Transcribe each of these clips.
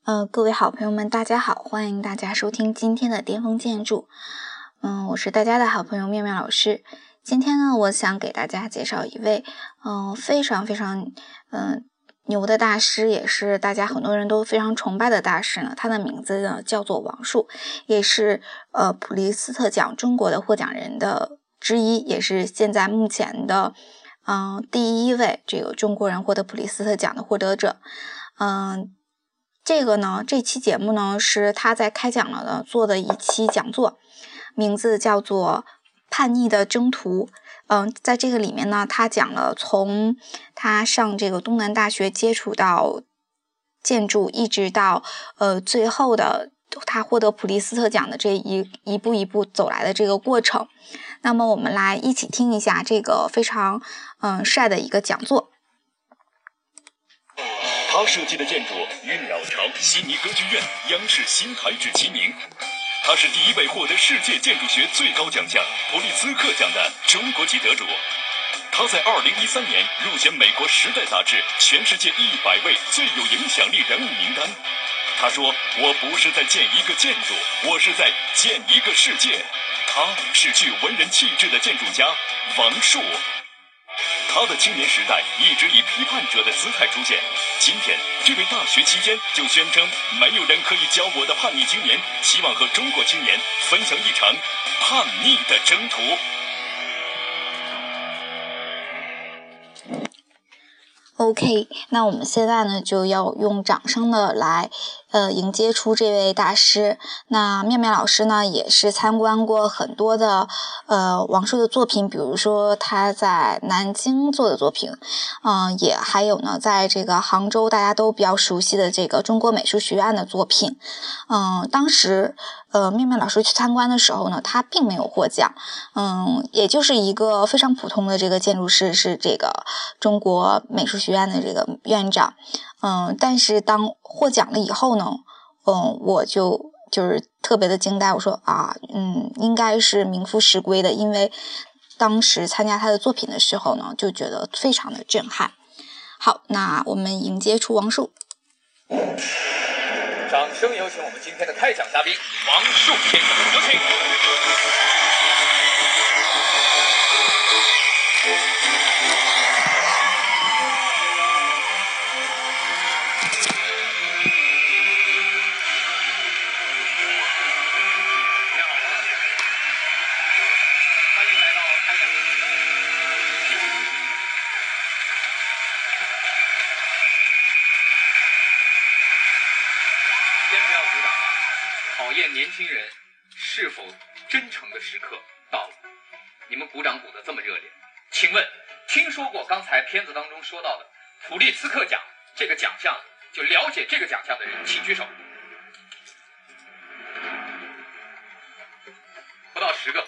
各位好朋友们，大家好，欢迎大家收听今天的巅峰建筑。我是大家的好朋友妙妙老师。今天呢，我想给大家介绍一位非常牛的大师，也是大家很多人都非常崇拜的大师呢。他的名字呢叫做王树，也是普利斯特奖中国的获奖人的之一，也是现在目前的第一位这个中国人获得普利斯特奖的获得者。这期节目呢是他在开讲了的做的一期讲座，名字叫做叛逆的征途。在这个里面呢，他讲了从他上这个东南大学接触到建筑，一直到最后的他获得普利斯特奖的这一步一步走来的这个过程。那么我们来一起听一下这个非常帅的一个讲座。 他设计的建筑与鸟巢、悉尼歌剧院、央视新台制齐名。他是第一位获得世界建筑学最高奖项普利兹克奖的中国籍得主。他在2013年入选美国《时代》杂志全世界100位最有影响力人物名单。他说：“我不是在建一个建筑，我是在建一个世界。”他是具文人气质的建筑家王树。他的青年时代一直以批判者的姿态出现。今天，这位大学期间就宣称没有人可以教我的叛逆青年，希望和中国青年分享一场叛逆的征途。 OK， 那我们现在呢就要用掌声的来迎接出这位大师。那妙妙老师呢也是参观过很多的王树的作品，比如说他在南京做的作品，也还有呢在这个杭州大家都比较熟悉的这个中国美术学院的作品。当时妙妙老师去参观的时候呢，他并没有获奖，也就是一个非常普通的这个建筑师，是这个中国美术学院的这个院长。但是当获奖了以后呢，我就是特别的惊呆，我说应该是名副实归的，因为当时参加他的作品的时候呢，就觉得非常的震撼。好，那我们迎接出王树。 掌声有请我们今天的开讲嘉宾王树先生，有请。欢迎来到开讲。先不要鼓掌了，考验年轻人是否真诚的时刻到了。你们鼓掌鼓得这么热烈，请问听说过刚才片子当中说到的普利兹克奖这个奖项，就了解这个奖项的人请举手。不到10个，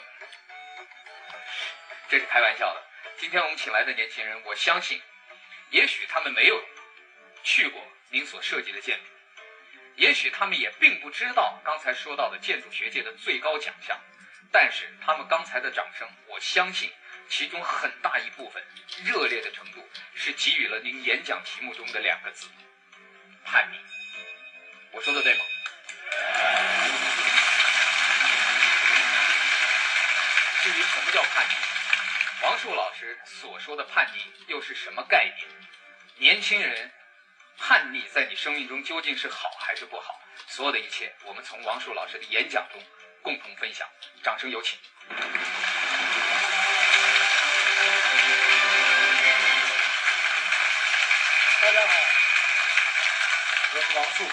这是开玩笑的。今天我们请来的年轻人，我相信也许他们没有去过您所设计的建筑，也许他们也并不知道刚才说到的建筑学界的最高奖项，但是他们刚才的掌声，我相信其中很大一部分热烈的程度是给予了您演讲题目中的2个字：叛逆。我说的对吗？至于什么叫叛逆，王树老师所说的叛逆又是什么概念？年轻人叛逆在你生命中究竟是好还是不好？所有的一切，我们从王树老师的演讲中共同分享。掌声有请。 大家好，我是王树。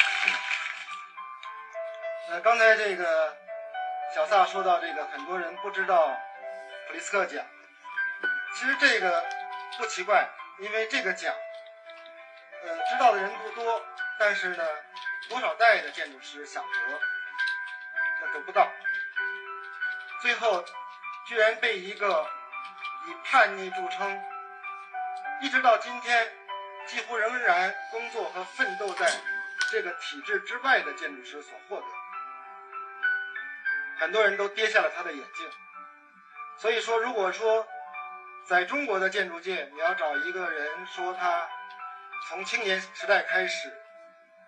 刚才这个小萨说到这个很多人不知道普利斯克奖，其实这个不奇怪，因为这个奖知道的人不多，但是呢，多少代的建筑师想得不到，最后居然被一个以叛逆著称，一直到今天几乎仍然工作和奋斗在这个体制之外的建筑师所获得。很多人都跌下了他的眼镜。所以说，如果说在中国的建筑界，你要找一个人说他从青年时代开始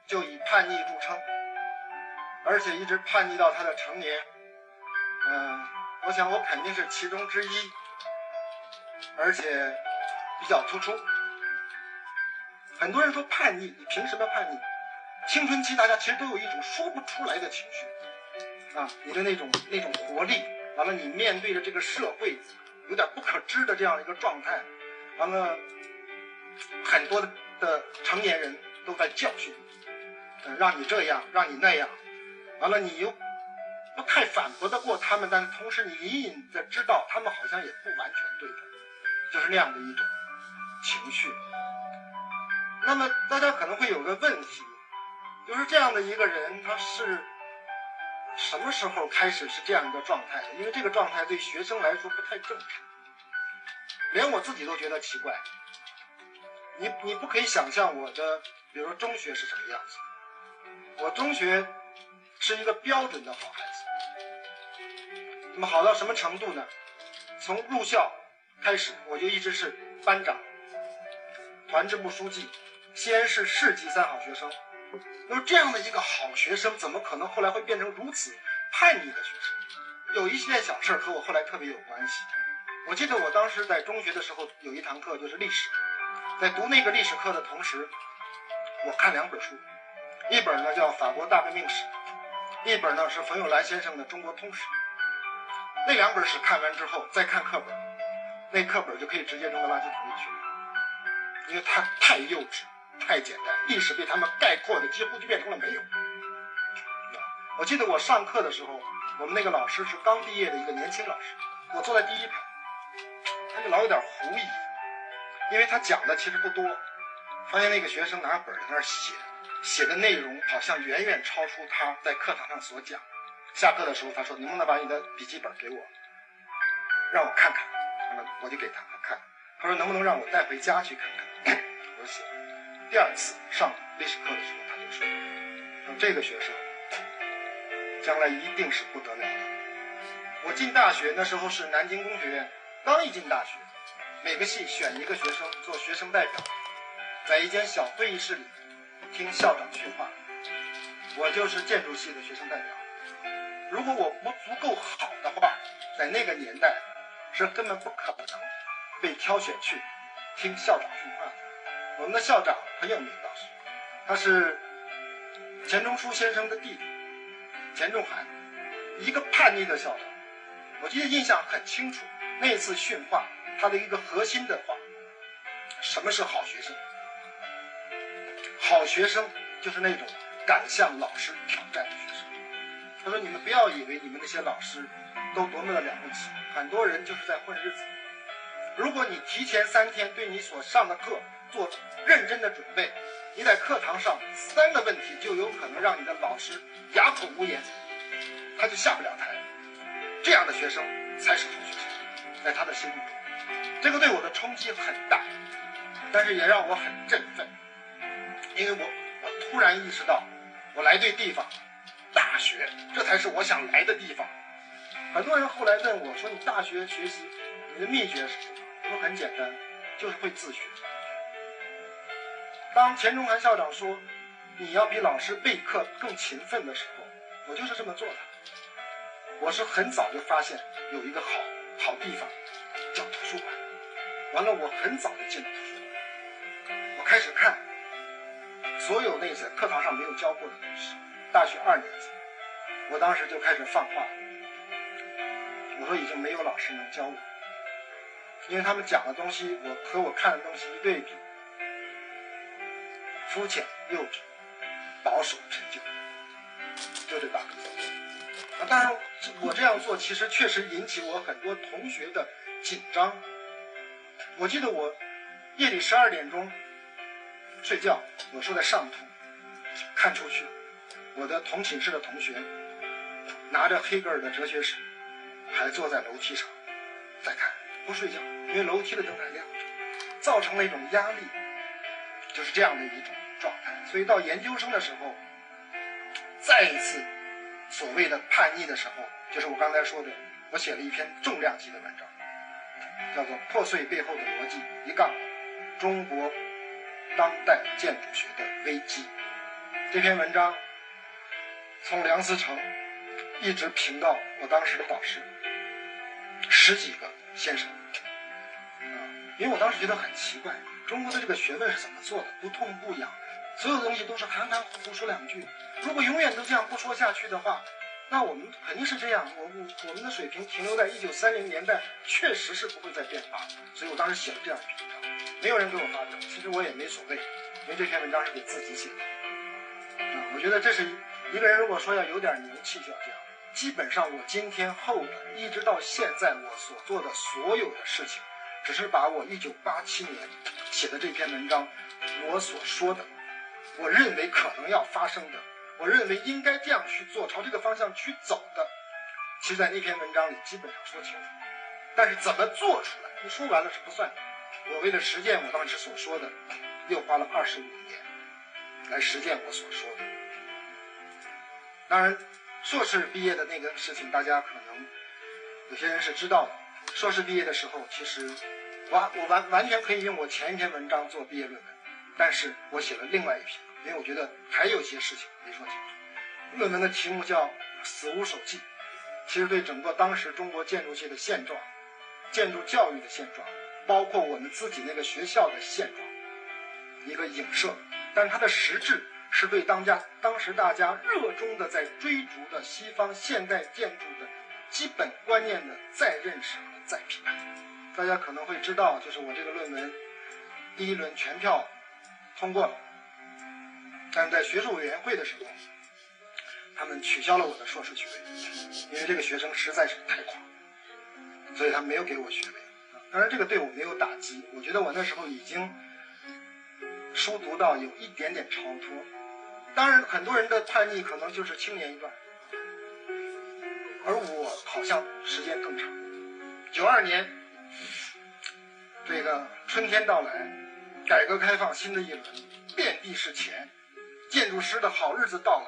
就以叛逆著称，而且一直叛逆到他的成年。我想我肯定是其中之一，而且比较突出。很多人说叛逆，你凭什么叛逆？青春期大家其实都有一种说不出来的情绪啊，你的那种活力，完了你面对着这个社会有点不可知的这样一个状态，完了很多的成年人都在教训你，让你这样让你那样，完了你又不太反驳得过他们，但同时你隐隐的知道他们好像也不完全对的，就是那样的一种情绪。那么大家可能会有个问题，就是这样的一个人他是什么时候开始是这样一个状态的？因为这个状态对学生来说不太正常，连我自己都觉得奇怪。你不可以想象我的比如说中学是什么样子，我中学是一个标准的好孩子。那么好到什么程度呢？从入校开始我就一直是班长、团支部书记，西安市市级3好学生。那么这样的一个好学生，怎么可能后来会变成如此叛逆的学生？有一件小事和我后来特别有关系。我记得我当时在中学的时候有一堂课就是历史，在读那个历史课的同时，我看2本书，一本呢叫《法国大革命史》，一本呢是冯友兰先生的《中国通史》。那2本史看完之后再看课本，那课本就可以直接扔到垃圾桶里去了，因为它太幼稚太简单，历史被他们概括的几乎就变成了没有。我记得我上课的时候，我们那个老师是刚毕业的一个年轻老师，我坐在第1排，他就老有点狐疑，因为他讲的其实不多，发现那个学生拿本在那儿写的内容好像远远超出他在课堂上所讲。下课的时候他说能不能把你的笔记本给我，让我看看。我就给他看，他说能不能让我带回家去看看。我说行。第2次上历史课的时候他就说这个学生将来一定是不得了的。我进大学那时候是南京工学院，刚一进大学每个系选一个学生做学生代表，在一间小会议室里听校长训话。我就是建筑系的学生代表，如果我不足够好的话，在那个年代是根本不可能被挑选去听校长训话的。我们的校长很有名，当时他是钱钟书先生的弟弟钱仲涵，一个叛逆的校长。我记得印象很清楚，那次训话他的一个核心的话，什么是好学生？好学生就是那种敢向老师挑战的学生。他说你们不要以为你们那些老师都多么的了不起，很多人就是在混日子。如果你提前3天对你所上的课做认真的准备，你在课堂上3个问题就有可能让你的老师哑口无言，他就下不了台。这样的学生才是好学生，在他的心目中。这个对我的冲击很大，但是也让我很振奋，因为我突然意识到我来对地方，大学这才是我想来的地方。很多人后来问我说你大学学习你的秘诀是什么？我说很简单，就是会自学。当钱钟涵校长说你要比老师备课更勤奋的时候，我就是这么做的。我是很早就发现有一个好地方叫图书馆，完了我很早就进了图书馆，我开始看所有那些课堂上没有教过的东西。大学2年级我当时就开始放话，我说已经没有老师能教我，因为他们讲的东西我和我看的东西一对比，肤浅幼稚保守陈旧，就这8个字。当然我这样做其实确实引起我很多同学的紧张。我记得我夜里12点钟睡觉，我坐在上铺看出去，我的同寝室的同学拿着黑格尔的哲学史，还坐在楼梯上在看，不睡觉，因为楼梯的灯还亮着，造成了一种压力，就是这样的一种状态。所以到研究生的时候，再一次所谓的叛逆的时候，就是我刚才说的，我写了一篇重量级的文章，叫做《破碎背后的逻辑：中国当代建筑学的危机》。 这篇文章从梁思成一直评到我当时的导师10几个先生，因为我当时觉得很奇怪，中国的这个学问是怎么做的？不痛不痒，所有的东西都是含含糊糊说两句。如果永远都这样不说下去的话，那我们肯定是这样，我们的水平停留在1930年代，确实是不会再变化。所以我当时写了这样一篇文章，没有人给我发表，其实我也没所谓，因为这篇文章是给自己写的。我觉得这是一个人如果说要有点牛气，就要这样。基本上我今天后来一直到现在，我所做的所有的事情，只是把我1987年写的这篇文章，我所说的，我认为可能要发生的，我认为应该这样去做，朝这个方向去走的，其实在那篇文章里基本上说清楚。但是怎么做出来，你说完了是不算的。我为了实践我当时所说的，又花了25年来实践我所说的。当然硕士毕业的那个事情大家可能有些人是知道的，硕士毕业的时候，其实我完全可以用我前一篇文章做毕业论文，但是我写了另外一篇，因为我觉得还有些事情没说清楚。论文的题目叫《死无手记》，其实对整个当时中国建筑界的现状、建筑教育的现状，包括我们自己那个学校的现状一个影射，但是它的实质是对当时大家热衷的在追逐的西方现代建筑的基本观念的再认识和再批判。大家可能会知道，就是我这个论文第一轮全票通过了，但是在学术委员会的时候，他们取消了我的硕士学位，因为这个学生实在是太狂，所以他没有给我学位。当然这个对我没有打击，我觉得我那时候已经书读到有一点点超脱。当然很多人的叛逆可能就是青年一段，而我好像时间更长。92年这个春天到来，改革开放新的一轮，遍地是钱，建筑师的好日子到了。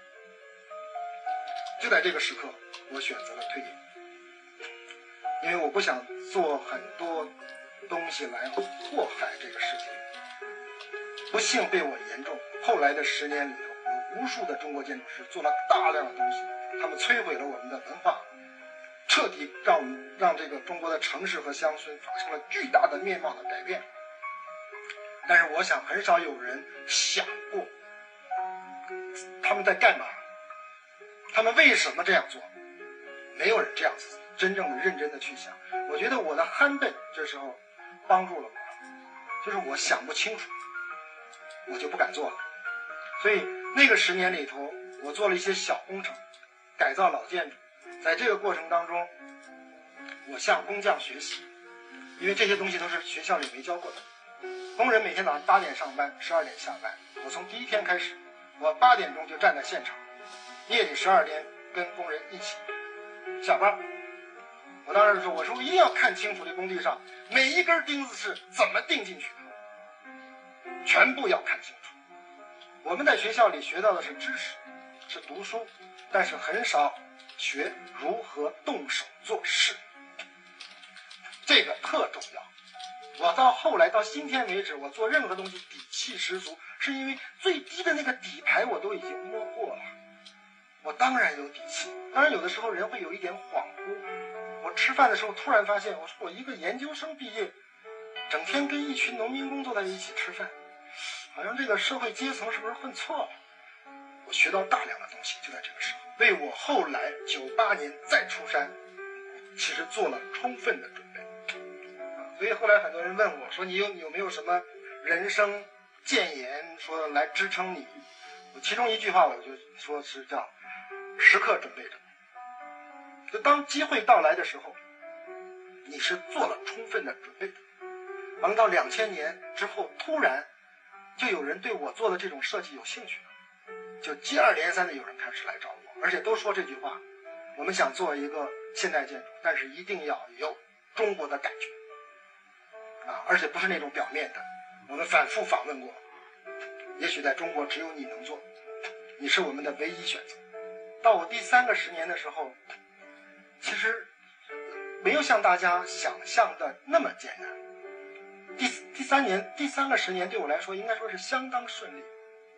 就在这个时刻，我选择了退隐，因为我不想做很多东西来祸害这个世界。不幸被我言中，后来的10年里头，有无数的中国建筑师做了大量的东西，他们摧毁了我们的文化，彻底让这个中国的城市和乡村发生了巨大的面貌的改变。但是我想很少有人想过他们在干嘛，他们为什么这样做，没有人这样子真正的认真的去想。我觉得我的憨笨这时候帮助了我，就是我想不清楚，我就不敢做了。所以那个10年里头，我做了一些小工程，改造老建筑。在这个过程当中，我向工匠学习，因为这些东西都是学校里没教过的。工人每天早上8点上班，12点下班。我从第一天开始，我8点钟就站在现场，夜里12点跟工人一起下班。我当时说，我说一定要看清楚这工地上每一根钉子是怎么钉进去的，全部要看清楚。我们在学校里学到的是知识，是读书，但是很少学如何动手做事，这个特重要。我到后来到今天为止，我做任何东西底气十足，是因为最低的那个底牌我都已经摸过了，我当然有底气。当然有的时候人会有一点恍惚，我吃饭的时候突然发现，我说我一个研究生毕业，整天跟一群农民工坐在一起吃饭，好像这个社会阶层是不是混错了？我学到大量的东西就在这个时候，为我后来98年再出山其实做了充分的准备。所以后来很多人问我说，你有没有什么人生谏言说来支撑你？其中一句话我就说是叫时刻准备着，就当机会到来的时候，你是做了充分的准备的。完了到2000年之后，突然就有人对我做的这种设计有兴趣了，就接二连三的有人开始来找我，而且都说这句话，我们想做一个现代建筑，但是一定要有中国的感觉而且不是那种表面的。我们反复访问过，也许在中国只有你能做，你是我们的唯一选择。到我第3个10年的时候，其实没有像大家想象的那么艰难。第3个10年对我来说应该说是相当顺利。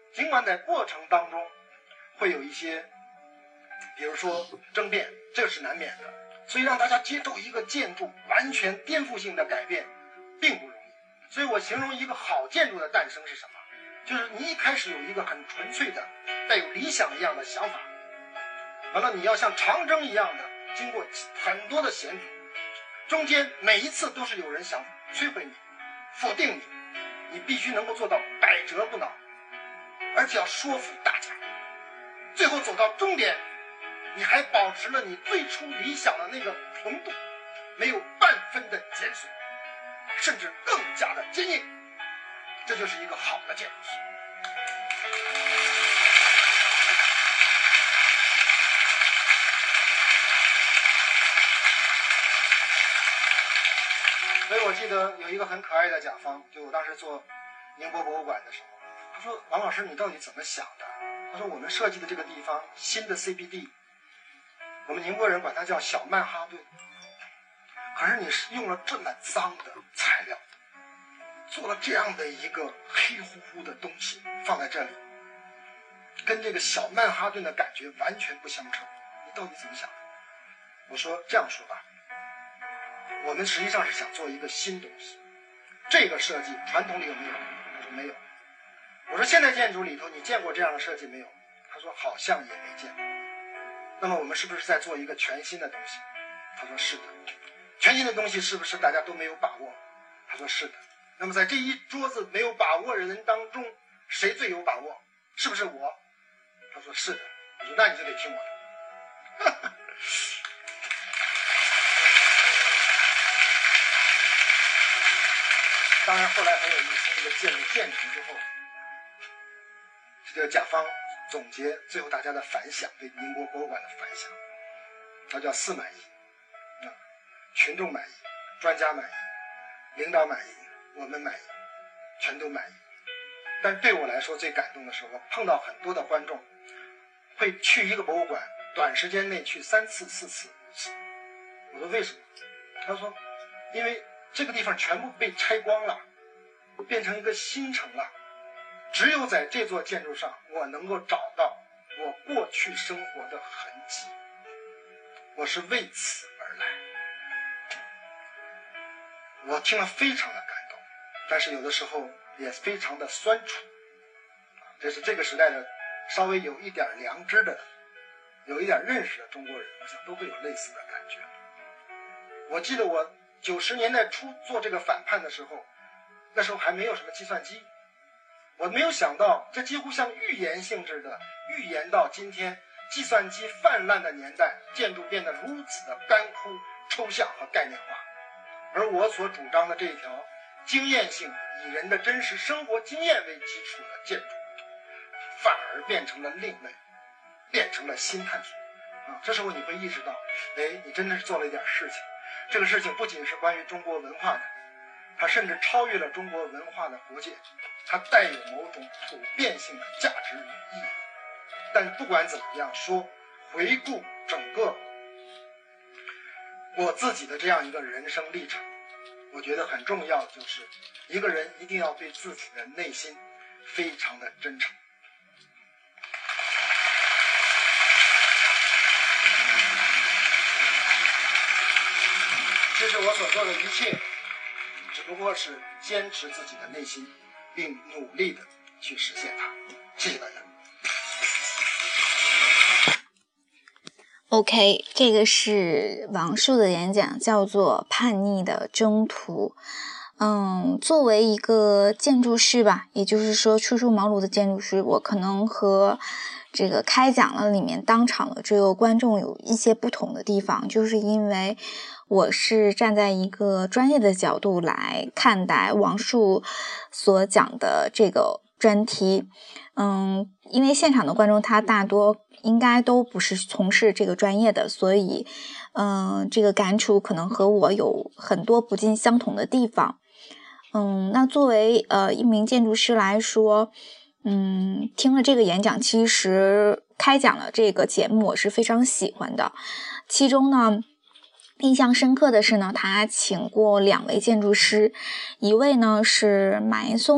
尽管在过程当中会有一些，比如说争辩，这是难免的，所以让大家接受一个建筑完全颠覆性的改变并不容易。所以我形容一个好建筑的诞生是什么，就是你一开始有一个很纯粹的带有理想一样的想法，完了你要像长征一样的经过很多的险阻，中间每一次都是有人想摧毁你否定你，你必须能够做到百折不挠，而且要说服大家，最后走到终点你还保持了你最初理想的那个纯度，没有半分的减损，甚至更加的坚硬，这就是一个好的建筑师。所以我记得有一个很可爱的甲方，就我当时做宁波博物馆的时候，他说王老师你到底怎么想的？他说我们设计的这个地方新的 CBD， 我们宁波人管它叫小曼哈顿，可是你是用了这么脏的材料，做了这样的一个黑乎乎的东西放在这里，跟这个小曼哈顿的感觉完全不相称，你到底怎么想的？我说这样说吧，我们实际上是想做一个新东西，这个设计传统里有没有？他说没有。我说现代建筑里头你见过这样的设计没有？他说好像也没见过。那么我们是不是在做一个全新的东西？他说是的。全新的东西是不是大家都没有把握？他说是的。那么在这一桌子没有把握的人当中，谁最有把握？是不是我？他说是的。我说那你就得听我的。当然后来很有意思，这个建筑建成之后，这个甲方总结最后大家的反响，对宁波博物馆的反响，它叫4满意，群众满意，专家满意，领导满意，我们满意，全都满意。但对我来说最感动的是，我碰到很多的观众会去一个博物馆短时间内去3次4次5次。我说为什么？他说因为这个地方全部被拆光了，变成一个新城了，只有在这座建筑上我能够找到我过去生活的痕迹，我是为此而来。我听了非常的感动，但是有的时候也非常的酸楚，这是这个时代的稍微有一点良知的有一点认识的中国人，我想都会有类似的感觉。我记得我90年代初做这个反叛的时候，那时候还没有什么计算机，我没有想到这几乎像预言性质的预言到今天计算机泛滥的年代，建筑变得如此的干枯、抽象和概念化。而我所主张的这一条经验性以人的真实生活经验为基础的建筑，反而变成了另类，变成了新探索。这时候你会意识到，你真的是做了一点事情。这个事情不仅是关于中国文化的，它甚至超越了中国文化的国界，它带有某种普遍性的价值与意义。但不管怎么样说，回顾整个我自己的这样一个人生历程，我觉得很重要的就是一个人一定要对自己的内心非常的真诚。其实我所做的一切只不过是坚持自己的内心，并努力的去实现它。谢谢大家。 OK， 这个是王树的演讲，叫做《叛逆的征途》。作为一个建筑师吧，也就是说初出茅庐的建筑师，我可能和这个开讲了里面当场的这个观众有一些不同的地方，就是因为我是站在一个专业的角度来看待王树所讲的这个专题。因为现场的观众他大多应该都不是从事这个专业的，所以这个感触可能和我有很多不尽相同的地方。那作为一名建筑师来说，听了这个演讲，其实开讲了这个节目我是非常喜欢的。其中呢印象深刻的是呢，他请过2位建筑师，一位呢是马岩松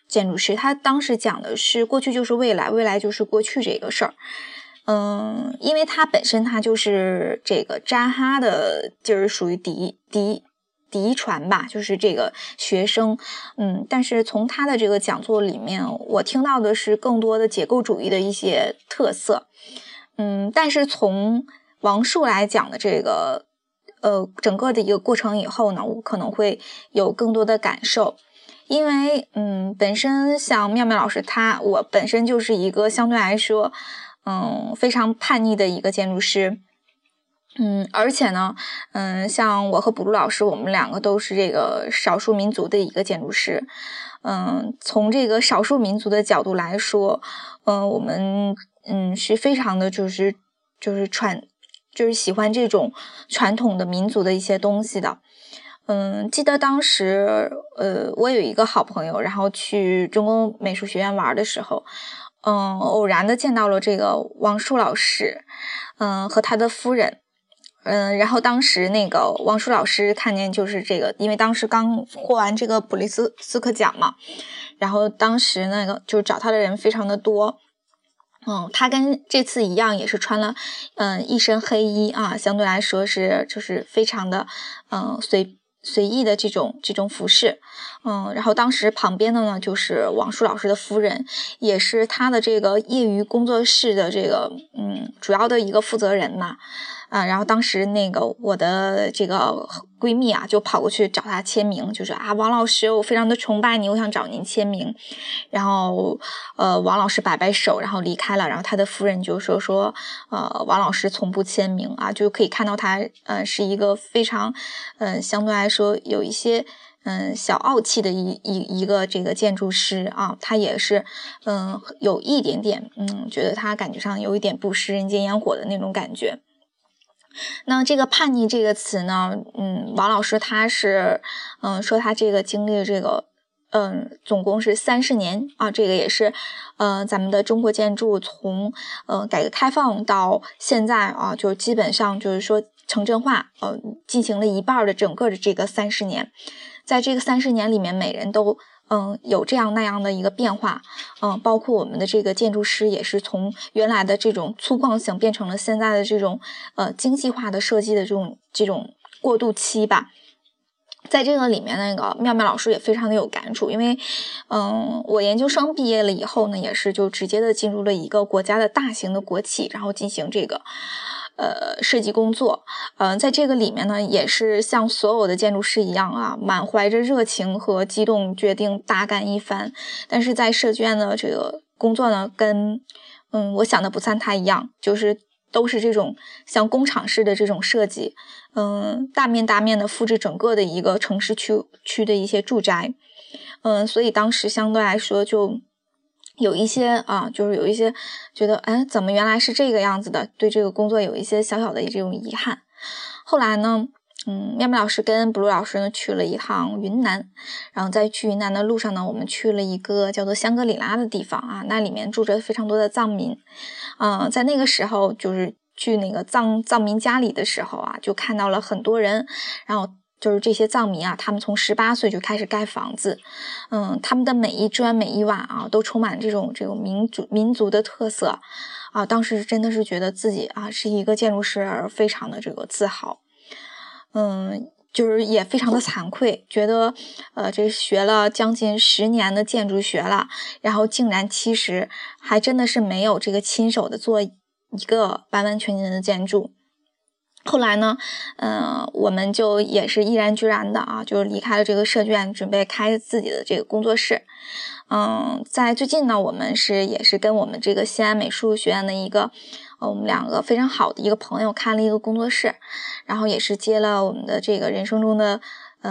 建筑师，他当时讲的是过去就是未来，未来就是过去这个事儿。因为他本身他就是这个扎哈的，就是属于嫡传吧，就是这个学生。但是从他的这个讲座里面，我听到的是更多的结构主义的一些特色。但是从王树来讲的这个整个的一个过程以后呢，我可能会有更多的感受。因为本身像妙妙老师我本身就是一个相对来说非常叛逆的一个建筑师。而且呢像我和卜路老师，我们两个都是这个少数民族的一个建筑师。从这个少数民族的角度来说，我们是非常的就是喜欢这种传统的民族的一些东西的。记得当时我有一个好朋友，然后去中国美术学院玩的时候，偶然的见到了这个王树老师和他的夫人。然后当时那个王树老师看见就是这个，因为当时刚获完这个普利斯克奖嘛，然后当时那个就是找他的人非常的多。他跟这次一样，也是穿了一身黑衣啊，相对来说是就是非常的随意的这种服饰。然后当时旁边的呢就是王树老师的夫人，也是他的这个业余工作室的这个主要的一个负责人嘛。然后当时那个我的这个闺蜜啊，就跑过去找他签名，就说王老师，我非常的崇拜你，我想找您签名。然后王老师摆摆手，然后离开了。然后他的夫人就说王老师从不签名啊，就可以看到他是一个非常相对来说有一些小傲气的一个这个建筑师啊。他也是有一点点觉得他感觉上有一点不食人间烟火的那种感觉。那这个叛逆这个词呢，王老师他是说他这个经历这个总共是30年啊，这个也是咱们的中国建筑从改革开放到现在啊，就基本上就是说城镇化进行了一半的整个的这个30年。在这个30年里面，每人都有这样那样的一个变化。包括我们的这个建筑师也是从原来的这种粗犷型变成了现在的这种精细化的设计的这种过渡期吧。在这个里面，那个妙妙老师也非常的有感触，因为我研究生毕业了以后呢，也是就直接的进入了一个国家的大型的国企，然后进行这个设计工作。在这个里面呢，也是像所有的建筑师一样啊，满怀着热情和激动，决定大干一番。但是在设计院的这个工作呢，跟我想的不算太一样，就是都是这种像工厂式的这种设计，大面的复制整个的一个城市区的一些住宅。所以当时相对来说就有一些就是有一些觉得怎么原来是这个样子的，对这个工作有一些小小的这种遗憾。后来呢妙妙老师跟卜路老师呢去了一趟云南，然后在去云南的路上呢，我们去了一个叫做香格里拉的地方啊，那里面住着非常多的藏民。在那个时候就是去那个藏民家里的时候啊，就看到了很多人，然后就是这些藏民啊，他们从18岁就开始盖房子。他们的每一砖每一瓦啊，都充满这种民族的特色啊。当时真的是觉得自己啊是一个建筑师而非常的这个自豪。就是也非常的惭愧，觉得这学了将近10年的建筑学了，然后竟然其实还真的是没有这个亲手的做一个完完全全的建筑。后来呢我们就也是毅然决然的啊，就离开了这个设计院，准备开自己的这个工作室。在最近呢，我们也是跟我们这个西安美术学院的一个我们2个非常好的一个朋友开了一个工作室，然后也是接了我们的这个人生中的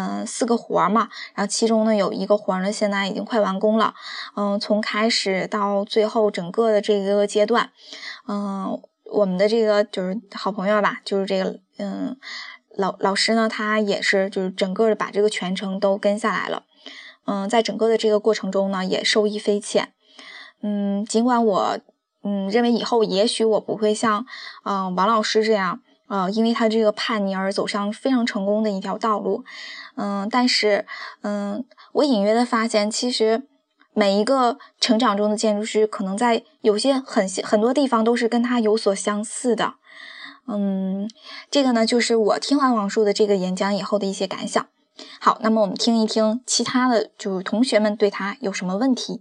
4个活嘛，然后其中呢有一个活呢现在已经快完工了。从开始到最后整个的这个阶段，我们的这个就是好朋友吧，就是这个老师呢，他也是就是整个的把这个全程都跟下来了。在整个的这个过程中呢，也受益匪浅。尽管我认为以后也许我不会像王老师这样因为他这个叛逆而走上非常成功的一条道路。但是我隐约的发现，其实每一个成长中的建筑师，可能在有些很多地方都是跟他有所相似的。这个呢，就是我听完王树的这个演讲以后的一些感想。好，那么我们听一听其他的，就是同学们对他有什么问题。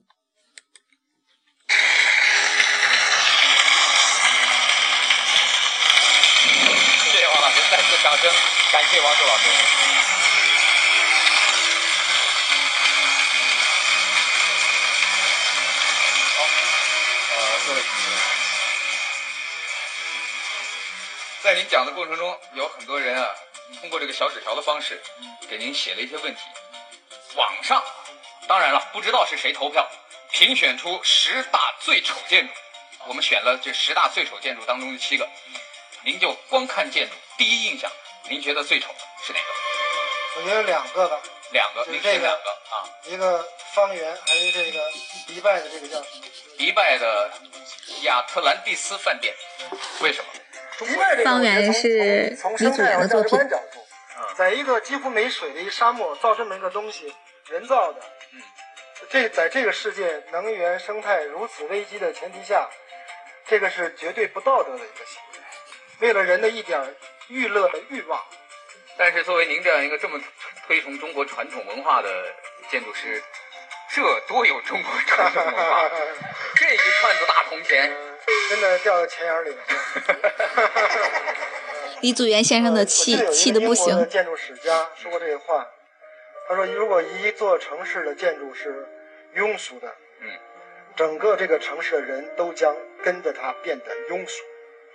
谢谢王老师，再次掌声，感谢王树老师。各位同学，在您讲的过程中，有很多人啊，通过这个小纸条的方式，给您写了一些问题。网上，当然了，不知道是谁投票，评选出10大最丑建筑。我们选了这10大最丑建筑当中的7个，您就光看建筑，第一印象，您觉得最丑的是哪个？ 我觉得2个吧。 2个，您选2个啊？ 一个方圆，还有这个迪拜的这个叫什么？ 迪拜的亚特兰蒂斯饭店，为什么？ 迪拜这个方圆是从生态和价值观角度，在一个几乎没水的一沙漠造这么一个东西，人造的，在这个世界能源生态如此危机的前提下，这个是绝对不道德的一个行为，为了人的一点娱乐的欲望。 但是作为您这样一个这么推崇中国传统文化的建筑师，这多有中国传统文化！这一串子大铜钱， 真的掉到钱眼里了。 李祖原先生的气的不行。 英国的建筑史家说过这个话，他说：“如果一座城市的建筑是庸俗的，整个这个城市的人都将跟着它变得庸俗。”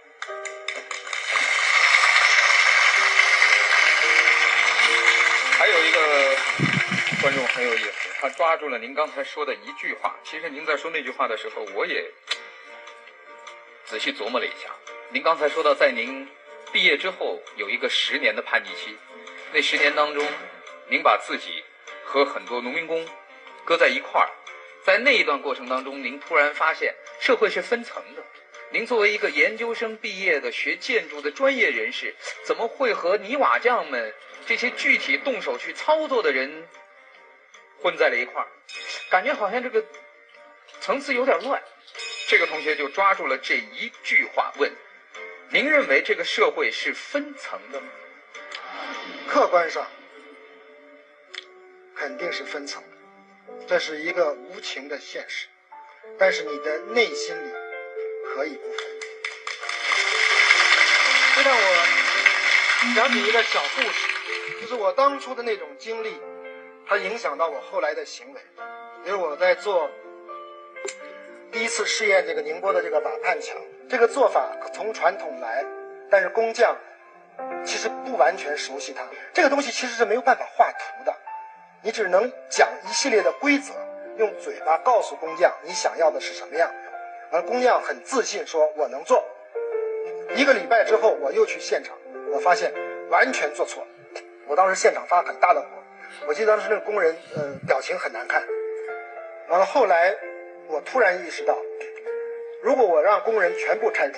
还有一个观众很有意思，他抓住了您刚才说的一句话。其实您在说那句话的时候，我也仔细琢磨了一下。您刚才说到，在您毕业之后有一个10年的叛逆期，那10年当中，您把自己和很多农民工搁在一块儿，在那一段过程当中，您突然发现社会是分层的。您作为一个研究生毕业的学建筑的专业人士，怎么会和泥瓦匠们这些具体动手去操作的人混在了一块儿？感觉好像这个层次有点乱。这个同学就抓住了这一句话问：您认为这个社会是分层的吗？ 客观上肯定是分层的，这是一个无情的现实，但是你的内心里可以不分。就让我讲起一个小故事，就是我当初的那种经历，它影响到我后来的行为。因为我在做第一次试验这个宁波的这个瓦畔墙，这个做法从传统来，但是工匠其实不完全熟悉它。这个东西其实是没有办法画图的，你只能讲一系列的规则，用嘴巴告诉工匠你想要的是什么样。而工匠很自信说我能做。1个礼拜之后我又去现场，我发现完全做错了。我当时现场发很大的火，我记得当时那个工人表情很难看。完了后来我突然意识到，如果我让工人全部拆除，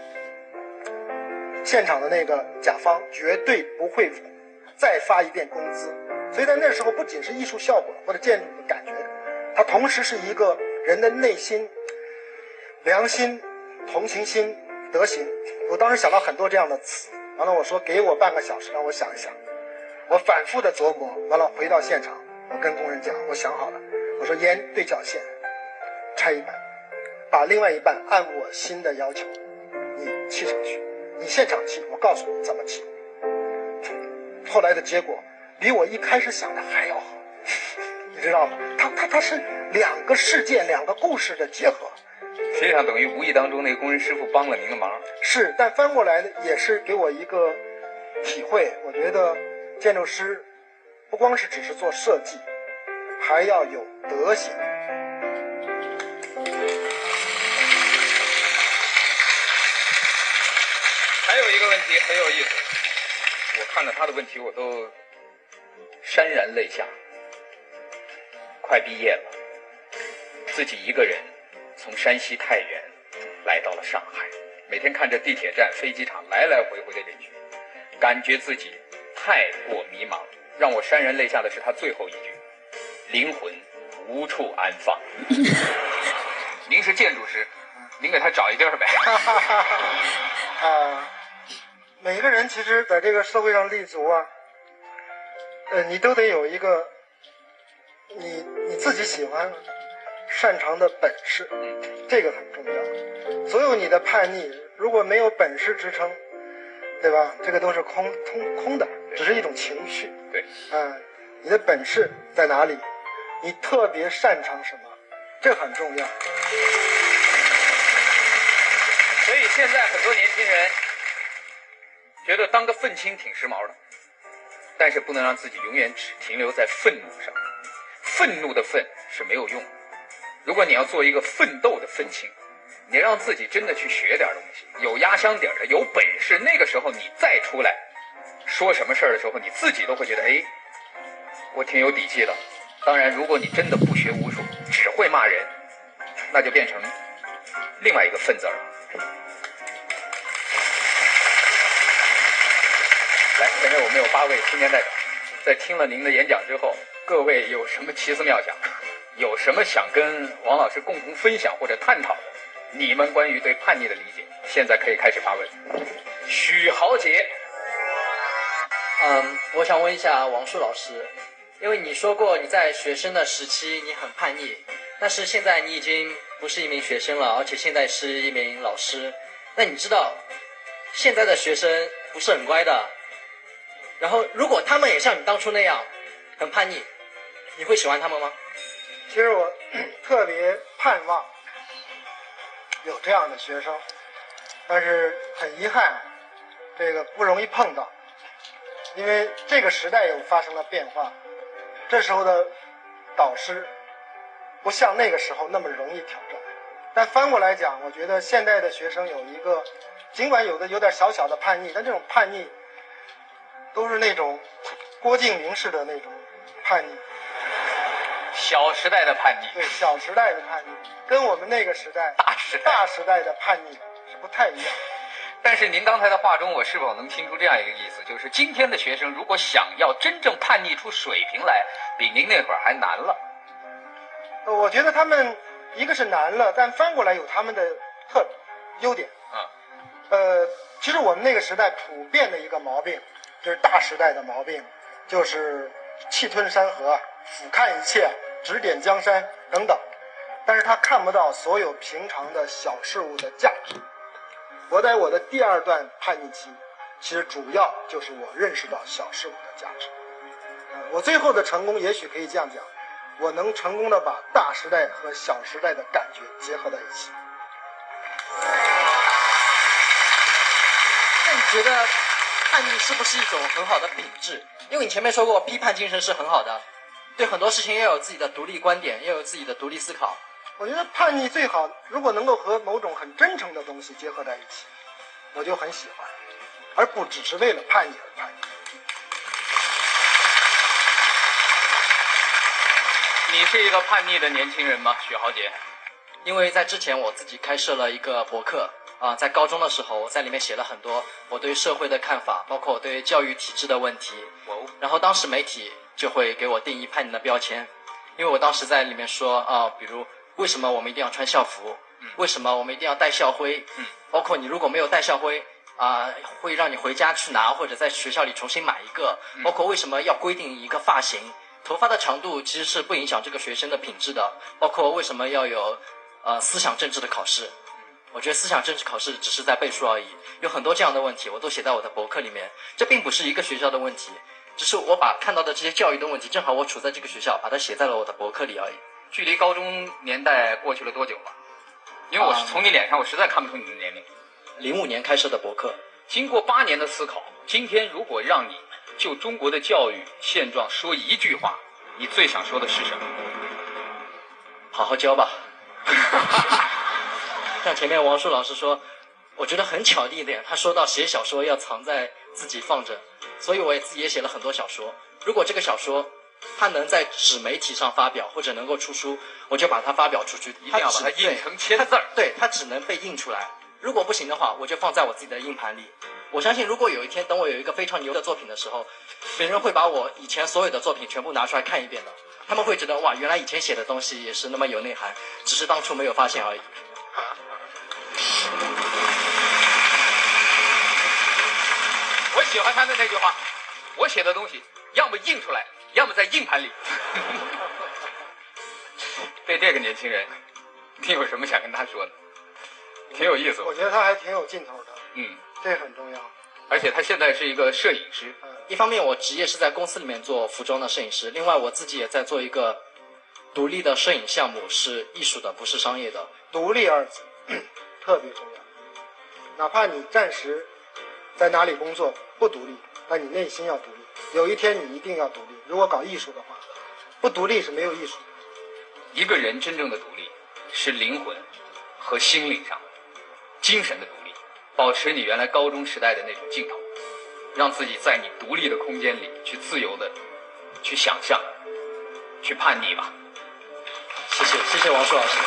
现场的那个甲方绝对不会再发一遍工资。所以在那时候不仅是艺术效果或者建筑的感觉，它同时是一个人的内心、良心、同情心、德行。我当时想到很多这样的词，完了我说给我半个小时让我想一想。我反复的琢磨，完了回到现场，我跟工人讲我想好了，我说沿对角线拆一半，把另外一半按我新的要求你砌上去，你现场砌，我告诉你怎么砌。后来的结果比我一开始想的还要好，你知道吗？它是2个事件2个故事的结合。 实际上等于无意当中那个工人师傅帮了您的忙。 是，但翻过来呢也是给我一个体会。我觉得建筑师不光是只是做设计，还要有德行。 还有一个问题很有意思，我看了他的问题我都潸然泪下。快毕业了，自己一个人从山西太原来到了上海，每天看着地铁站、飞机场来来回回的人群，感觉自己太过迷茫。让我潸然泪下的是他最后一句：灵魂无处安放。您是建筑师，您给他找一地儿呗。 每个人其实在这个社会上立足啊，你都得有一个你自己喜欢擅长的本事，这个很重要。所有你的叛逆如果没有本事支撑，对吧？这个都是空的，只是一种情绪。 对， 你的本事在哪里？你特别擅长什么？这很重要。 所以现在很多年轻人觉得当个愤青挺时髦的，但是不能让自己永远只停留在愤怒上。愤怒的愤是没有用的。如果你要做一个奋斗的愤青，你让自己真的去学点东西，有压箱底的，有本事，那个时候你再出来说什么事儿的时候，你自己都会觉得，哎，我挺有底气的。当然，如果你真的不学武术，只会骂人，那就变成另外一个愤字了。来，现在我们有8位青年代表，在听了您的演讲之后，各位有什么奇思妙想，有什么想跟王老师共同分享或者探讨的？你们关于对叛逆的理解，现在可以开始发问。许豪杰， 我想问一下王树老师，因为你说过你在学生的时期你很叛逆，但是现在你已经不是一名学生了，而且现在是一名老师。那你知道现在的学生不是很乖的，然后如果他们也像你当初那样很叛逆，你会喜欢他们吗？ 其实我特别盼望有这样的学生，但是很遗憾，这个不容易碰到，因为这个时代又发生了变化，这时候的导师不像那个时候那么容易挑战。但翻过来讲，我觉得现在的学生有一个，尽管有点小小的叛逆，但这种叛逆都是那种郭敬明式的那种叛逆， 小时代的叛逆， 对，小时代的叛逆，跟我们那个时代大时代的叛逆是不太一样。 但是您刚才的话中，我是否能听出这样一个意思，就是今天的学生如果想要真正叛逆出水平来，比您那会儿还难了？ 我觉得他们一个是难了，但翻过来有他们的优点。其实我们那个时代普遍的一个毛病，就是大时代的毛病，就是气吞山河，俯瞰一切，指点江山等等，但是他看不到所有平常的小事物的价值。我在我的第2段叛逆期，其实主要就是我认识到小事物的价值。我最后的成功也许可以这样讲，我能成功的把大时代和小时代的感觉结合在一起。 那你觉得叛逆是不是一种很好的品质？因为你前面说过批判精神是很好的，对很多事情要有自己的独立观点，要有自己的独立思考。 我觉得叛逆最好，如果能够和某种很真诚的东西结合在一起，我就很喜欢，而不只是为了叛逆而叛逆。 你是一个叛逆的年轻人吗，许豪杰？ 因为在之前我自己开设了一个博客在高中的时候，我在里面写了很多我对社会的看法，包括我对教育体制的问题。然后当时媒体就会给我定义叛逆的标签，因为我当时在里面说比如为什么我们一定要穿校服，为什么我们一定要带校徽，包括你如果没有带校徽会让你回家去拿，或者在学校里重新买一个，包括为什么要规定一个发型，头发的长度其实是不影响这个学生的品质的，包括为什么要有思想政治的考试。我觉得思想政治考试只是在背书而已，有很多这样的问题我都写在我的博客里面。这并不是一个学校的问题，只是我把看到的这些教育的问题，正好我处在这个学校，把它写在了我的博客里而已。 距离高中年代过去了多久了？因为我从你脸上我实在看不出你的年龄。 05年开设的博客。 经过8年的思考，今天如果让你就中国的教育现状说一句话，你最想说的是什么？ 好好教吧。像前面王树老师说，我觉得很巧的一点，他说到写小说要藏在自己放着，所以我自己也写了很多小说。如果这个小说它能在纸媒体上发表，或者能够出书，我就把它发表出去， 一定要把它印成签字。 对，它只能被印出来。如果不行的话，我就放在我自己的硬盘里。我相信如果有一天等我有一个非常牛的作品的时候，别人会把我以前所有的作品全部拿出来看一遍的。 他们会觉得哇，原来以前写的东西也是那么有内涵，只是当初没有发现而已。 我喜欢他的那句话，我写的东西要么印出来，要么在硬盘里。对这个年轻人，你有什么想跟他说的？挺有意思。 我觉得他还挺有劲头的。这很重要。 而且他现在是一个摄影师。 一方面我职业是在公司里面做服装的摄影师，另外我自己也在做一个独立的摄影项目，是艺术的，不是商业的。 独立二字特别重要。哪怕你暂时在哪里工作不独立，那你内心要独立。有一天你一定要独立。如果搞艺术的话，不独立是没有艺术。 一个人真正的独立是灵魂和心灵上精神的独立，保持你原来高中时代的那种劲头，让自己在你独立的空间里去自由的去想象，去叛逆吧。 谢谢王朔老师。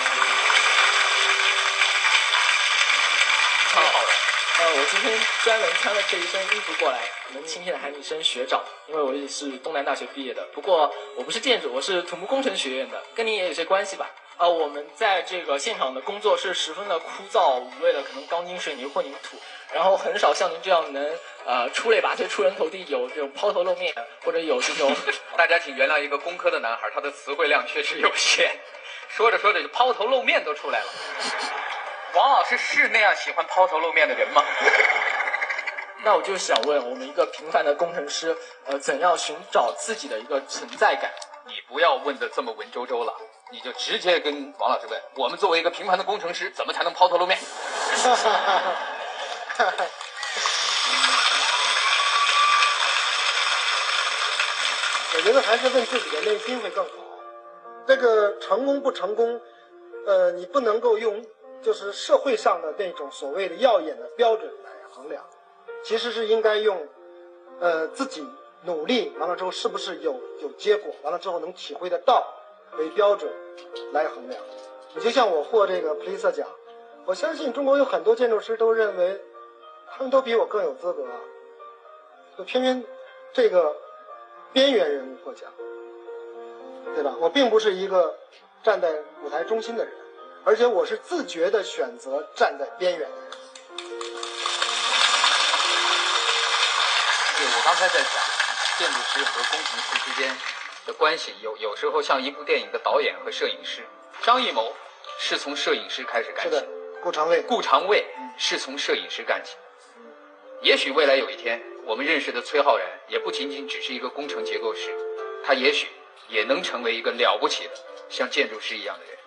超好的。 我今天专门穿了这一身衣服过来，能亲切的喊你一声学长，因为我也是东南大学毕业的。不过我不是建筑，我是土木工程学院的，跟你也有些关系吧。我们在这个现场的工作是十分的枯燥无味的，可能钢筋水泥混凝土，然后很少像您这样能出类拔萃、出人头地，有这种抛头露面，或者有这种大家请原谅一个工科的男孩，他的词汇量确实有限，说着说着就抛头露面都出来了。王老师是那样喜欢抛头露面的人吗？ 那我就想问，我们一个平凡的工程师，怎样寻找自己的一个存在感？ 你不要问的这么文绉绉了，你就直接跟王老师问，我们作为一个平凡的工程师，怎么才能抛头露面？ 我觉得还是问自己的内心会更好。这个成功不成功，你不能够用就是社会上的那种所谓的耀眼的标准来衡量，其实是应该用自己努力完了之后是不是有结果，完了之后能体会得到为标准来衡量。你就像我获这个普利策奖，我相信中国有很多建筑师都认为他们都比我更有资格，就偏偏这个边缘人物获奖，对吧？我并不是一个站在舞台中心的人，而且我是自觉的选择站在边缘的人。 对，我刚才在讲建筑师和工程师之间的关系，有时候像一部电影的导演和摄影师。张艺谋是从摄影师开始干起， 是的，顾长卫是从摄影师干起。也许未来有一天，我们认识的崔浩然也不仅仅只是一个工程结构师，他也许也能成为一个了不起的像建筑师一样的人。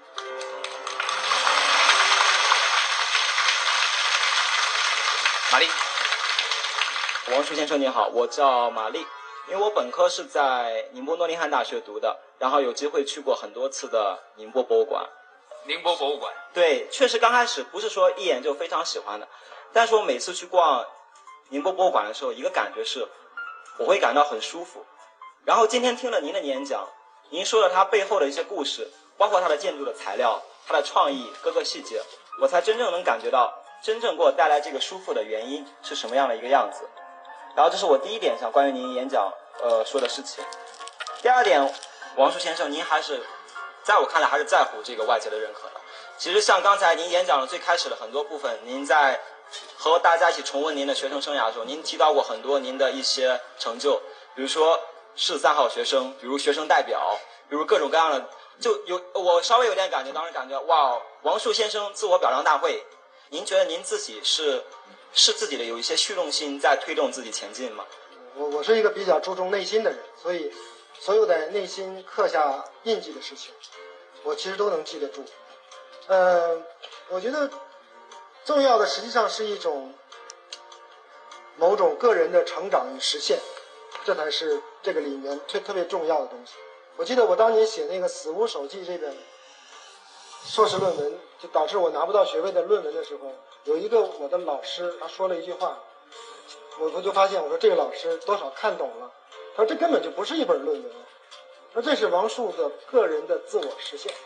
马丽。 王树先生您好，我叫马丽，因为我本科是在宁波诺丁汉大学读的，然后有机会去过很多次的宁波博物馆。 宁波博物馆， 对，确实刚开始不是说一眼就非常喜欢的，但是我每次去逛宁波博物馆的时候，一个感觉是我会感到很舒服。然后今天听了您的演讲，您说了它背后的一些故事，包括它的建筑的材料、它的创意各个细节，我才真正能感觉到真正给我带来这个舒服的原因是什么样的一个样子。然后这是我第一点想关于您演讲说的事情。第二点，王树先生您还是在我看来还是在乎这个外界的认可的。其实像刚才您演讲的最开始的很多部分，您在和大家一起重温您的学生生涯的时候，您提到过很多您的一些成就，比如说市3号学生，比如学生代表，比如各种各样的，就有我稍微有点感觉，当时感觉哇，王树先生自我表扬大会，您觉得您自己是自己的有一些虚荣心在推动自己前进吗？ 我是一个比较注重内心的人，所以所有在内心刻下印记的事情，我其实都能记得住。我觉得重要的实际上是一种某种个人的成长与实现，这才是这个里面特别重要的东西。我记得我当年写那个《死无手记》这本硕士论文，就导致我拿不到学位的论文的时候，有一个我的老师他说了一句话，我就发现，我说这个老师多少看懂了，他说这根本就不是一本论文，说这是王树的个人的自我实现。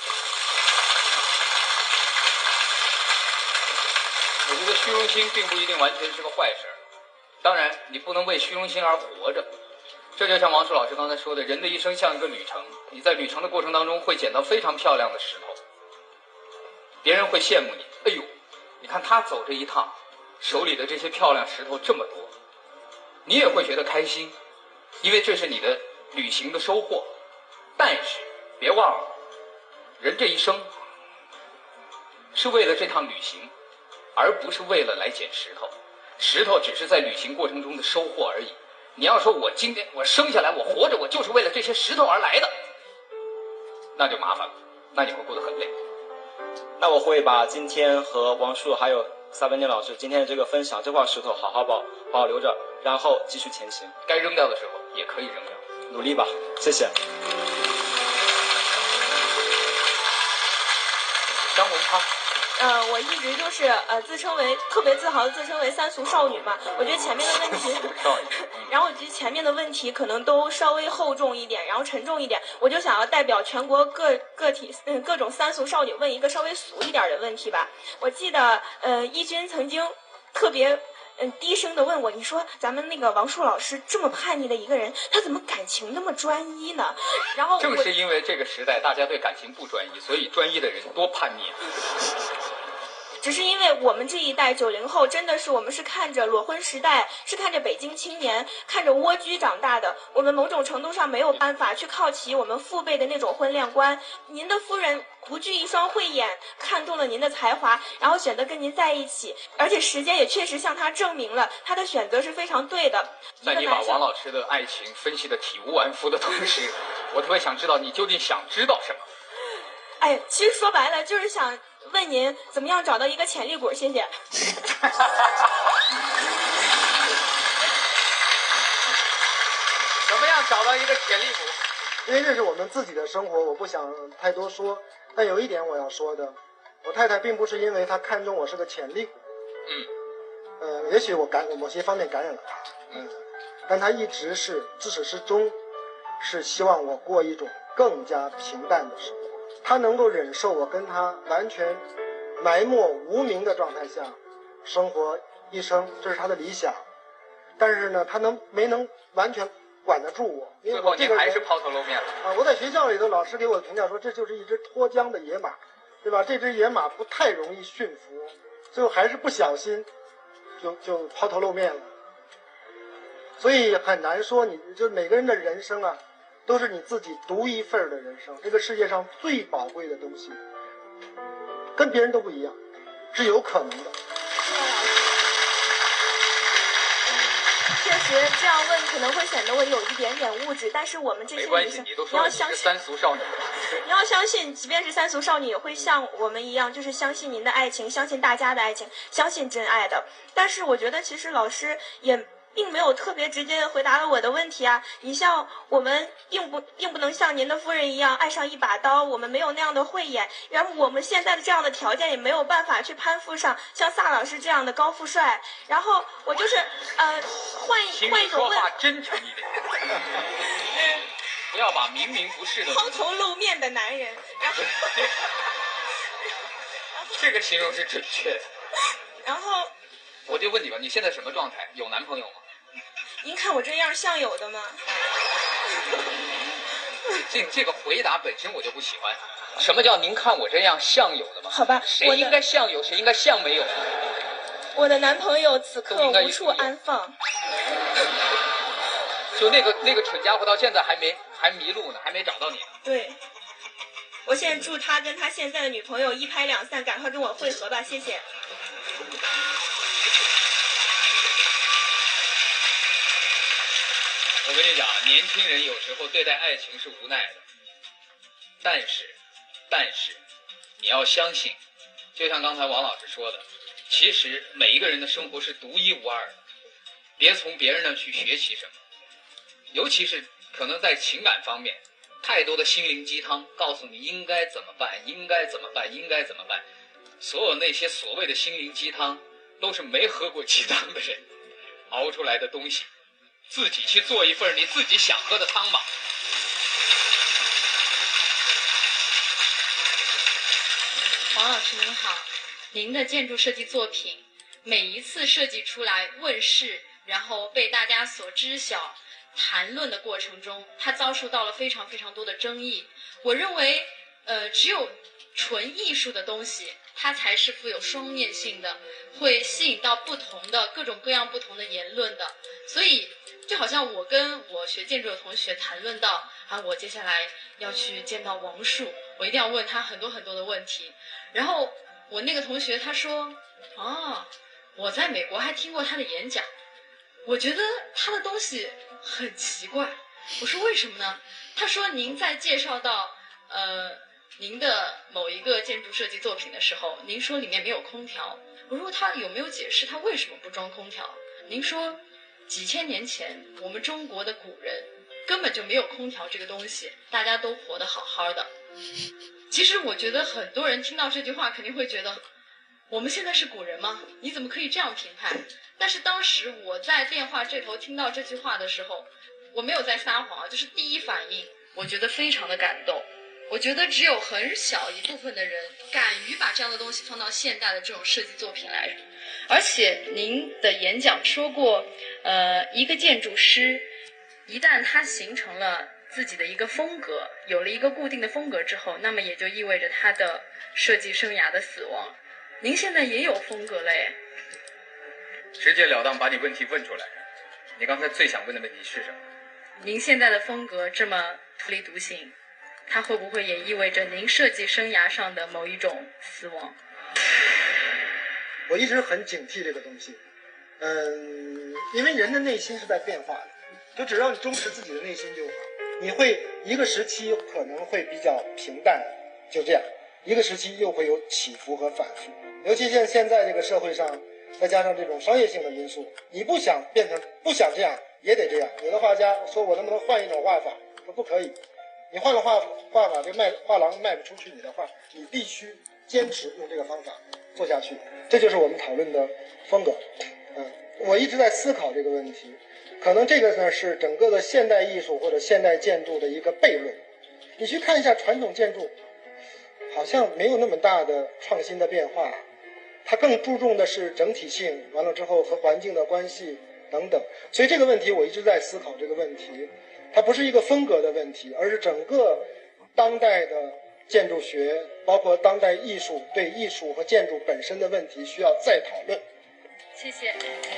我觉得虚荣心并不一定完全是个坏事，当然你不能为虚荣心而活着。 这就像王树老师刚才说的，人的一生像一个旅程，你在旅程的过程当中会捡到非常漂亮的石头，别人会羡慕你，哎呦，你看他走这一趟，手里的这些漂亮石头这么多，你也会觉得开心，因为这是你的旅行的收获。但是别忘了，人这一生是为了这趟旅行，而不是为了来捡石头，石头只是在旅行过程中的收获而已。你要说我今天我生下来我活着我就是为了这些石头而来的，那就麻烦了，那你会过得很累。 那我会把今天和王树还有撒贝宁老师今天的这个分享，这块石头好好保留着，然后继续前行。 该扔掉的时候也可以扔掉， 努力吧，谢谢。 张文康。 我一直就是自称为特别自豪的自称为三俗少女嘛。我觉得前面的问题，然后我觉得前面的问题可能都稍微厚重一点，然后沉重一点。我就想要代表全国各种三俗少女问一个稍微俗一点的问题吧。我记得一军曾经特别低声的问我，你说咱们那个王树老师这么叛逆的一个人，他怎么感情那么专一呢？然后正是因为这个时代大家对感情不专一，所以专一的人多叛逆。 只是因为我们这一代90后，真的是我们是看着裸婚时代，是看着北京青年，看着蜗居长大的。我们某种程度上没有办法去靠齐我们父辈的那种婚恋观。您的夫人不惧一双慧眼，看中了您的才华，然后选择跟您在一起，而且时间也确实向他证明了他的选择是非常对的。 在你把王老师的爱情分析的体无完肤的同时，我特别想知道你究竟想知道什么。 哎，其实说白了就是想问您怎么样找到一个潜力股，谢谢。 怎么样找到一个潜力股？ 因为这是我们自己的生活，我不想太多说。但有一点我要说的，我太太并不是因为她看中我是个潜力股，也许我某些方面感染了她，但她一直是自始至终是希望我过一种更加平淡的生活。她能够忍受我跟她完全埋没无名的状态下生活一生，这是她的理想。但是呢，她没能完全管得住我，因为我这个人还是抛头露面了啊！我在学校里头，老师给我的评价说，这就是一只脱缰的野马，对吧？这只野马不太容易驯服，最后还是不小心就抛头露面了。所以很难说，就每个人的人生啊，都是你自己独一份的人生。这个世界上最宝贵的东西，跟别人都不一样，是有可能的。 确实这样问可能会显得我有一点点物质，但是我们这些女生，你要相信三俗少女， 你要相信，即便是三俗少女，也会像我们一样，就是相信您的爱情，相信大家的爱情，相信真爱的。但是我觉得，其实老师也并没有特别直接的回答了我的问题啊。你像我们并不能像您的夫人一样爱上一把刀，我们没有那样的慧眼，然后我们现在的这样的条件也没有办法去攀附上像萨老师这样的高富帅。然后我就是换一种说话真诚一点，不要把明明不是的抛头露面的男人，然后这个形容是准确的。 然后我就问你吧，你现在什么状态？有男朋友吗？ 您看我这样像有的吗？ 这个回答本身我就不喜欢。什么叫您看我这样像有的吗？ 好吧， 谁应该像有，谁应该像没有？ 我的男朋友此刻无处安放。 就那个蠢家伙到现在还迷路呢，还没找到你。 对，我现在祝他跟他现在的女朋友一拍两散，赶快跟我会合吧，谢谢。 我跟你讲，年轻人有时候对待爱情是无奈的，但是你要相信，就像刚才王老师说的，其实每一个人的生活是独一无二的，别从别人那去学习什么，尤其是可能在情感方面，太多的心灵鸡汤告诉你应该怎么办，应该怎么办，应该怎么办，所有那些所谓的心灵鸡汤都是没喝过鸡汤的人熬出来的东西。自己去做一份你自己想喝的汤吧。 王老师您好，您的建筑设计作品每一次设计出来问世，然后被大家所知晓， 谈论的过程中，它遭受到了非常非常多的争议。我认为，只有纯艺术的东西，它才是富有双面性的，会吸引到不同的各种各样不同的言论的。所以，就好像我跟我学建筑的同学谈论到我接下来要去见到王树，我一定要问他很多很多的问题。然后我那个同学他说，我在美国还听过他的演讲，我觉得他的东西很奇怪。我说为什么呢？他说您在介绍到您的某一个建筑设计作品的时候，您说里面没有空调。我说他有没有解释他为什么不装空调？您说几千年前我们中国的古人根本就没有空调这个东西，大家都活得好好的。其实我觉得很多人听到这句话肯定会觉得，我们现在是古人吗？你怎么可以这样评判？但是当时我在电话这头听到这句话的时候，我没有在撒谎，就是第一反应，我觉得非常的感动。我觉得只有很小一部分的人敢于把这样的东西放到现代的这种设计作品来。而且您的演讲说过，一个建筑师一旦他形成了自己的一个风格，有了一个固定的风格之后，那么也就意味着他的设计生涯的死亡。您现在也有风格了耶。 直截了当把你问题问出来，你刚才最想问的问题是什么？ 您现在的风格这么特立独行，它会不会也意味着您设计生涯上的某一种死亡？ 我一直很警惕这个东西，因为人的内心是在变化的，就只要你忠实自己的内心就好。你会一个时期可能会比较平淡，就这样，一个时期又会有起伏和反复。尤其像现在这个社会上，再加上这种商业性的因素，你不想这样也得这样。有的画家说我能不能换一种画法，说不可以，你换了画法，这画廊卖不出去你的画，你必须坚持用这个方法做下去。这就是我们讨论的风格。我一直在思考这个问题，可能这个呢是整个的现代艺术或者现代建筑的一个悖论。你去看一下传统建筑，好像没有那么大的创新的变化，它更注重的是整体性，完了之后和环境的关系等等。所以这个问题我一直在思考这个问题，它不是一个风格的问题，而是整个当代的建筑学，包括当代艺术对艺术和建筑本身的问题需要再讨论。 谢谢。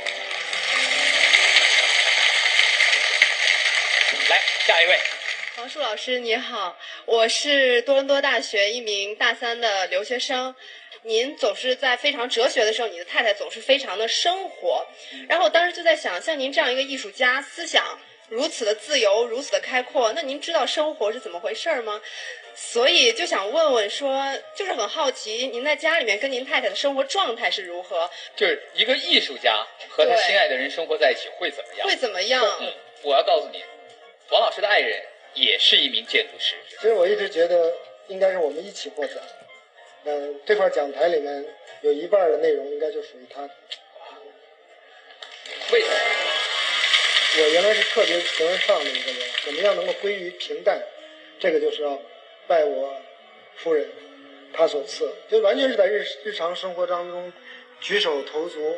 来，下一位。 王树老师你好，我是多伦多大学一名大三的留学生。您总是在非常哲学的时候，你的太太总是非常的生活。然后我当时就在想，像您这样一个艺术家，思想如此的自由，如此的开阔，那您知道生活是怎么回事吗？所以就想问问说，就是很好奇，您在家里面跟您太太的生活状态是如何？ 就是一个艺术家和他心爱的人生活在一起会怎么样？ 会怎么样？ 我要告诉你，王老师的爱人也是一名建筑师。 其实我一直觉得应该是我们一起获奖。这块讲台里面有一半的内容应该就属于他的。 为什么？ 我原来是特别形而上的一个人，怎么样能够归于平淡？这个就是要拜我夫人她所赐，就完全是在日常生活当中举手投足，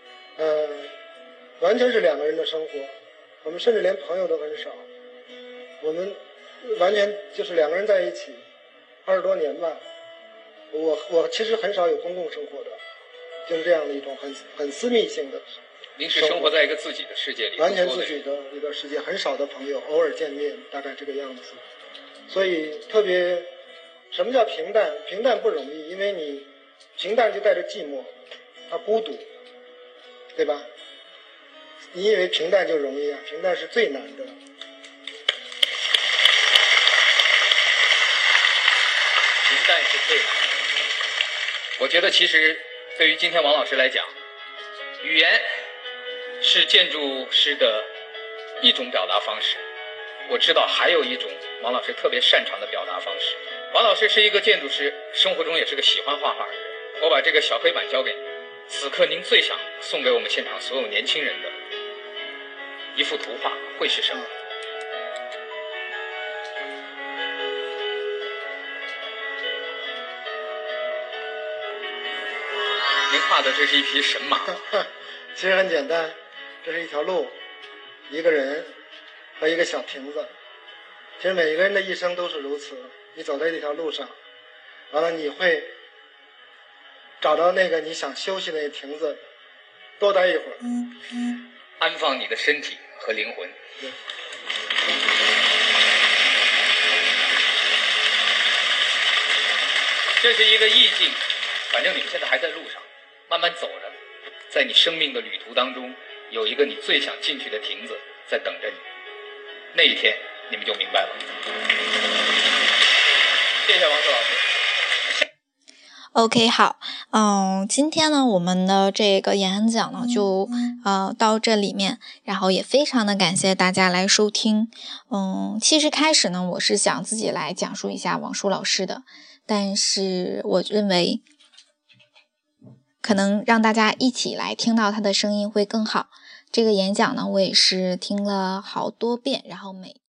完全是两个人的生活。我们甚至连朋友都很少，我们完全就是两个人在一起20多年吧。我其实很少有公共生活的，就是这样的一种很私密性的。 您是生活在一个自己的世界里， 完全自己的一个世界，很少的朋友，偶尔见面，大概这个样子。所以特别，什么叫平淡？平淡不容易，因为你平淡就带着寂寞，它孤独，对吧？你以为平淡就容易啊？平淡是最难的。 平淡是最难的。我觉得其实对于今天王老师来讲，语言是建筑师的一种表达方式。我知道还有一种王老师特别擅长的表达方式。王老师是一个建筑师，生活中也是个喜欢画画的人。我把这个小黑板交给你，此刻您最想送给我们现场所有年轻人的一幅图画会是什么？您画的这是一匹神马。 其实很简单，这是一条路，一个人， 和一个小亭子。其实每个人的一生都是如此，你走在这条路上，完了你会找到那个你想休息的那亭子，多待一会儿， 安放你的身体和灵魂。这是一个意境，反正你们现在还在路上，慢慢走着，在你生命的旅途当中，有一个你最想进去的亭子在等着你，那一天你们就明白了。谢谢王硕老师。 OK， 好，今天呢，我们的这个演讲呢，就到这里面，然后也非常的感谢大家来收听。其实开始呢，我是想自己来讲述一下王舒老师的，但是我认为可能让大家一起来听到他的声音会更好。这个演讲呢，我也是听了好多遍，然后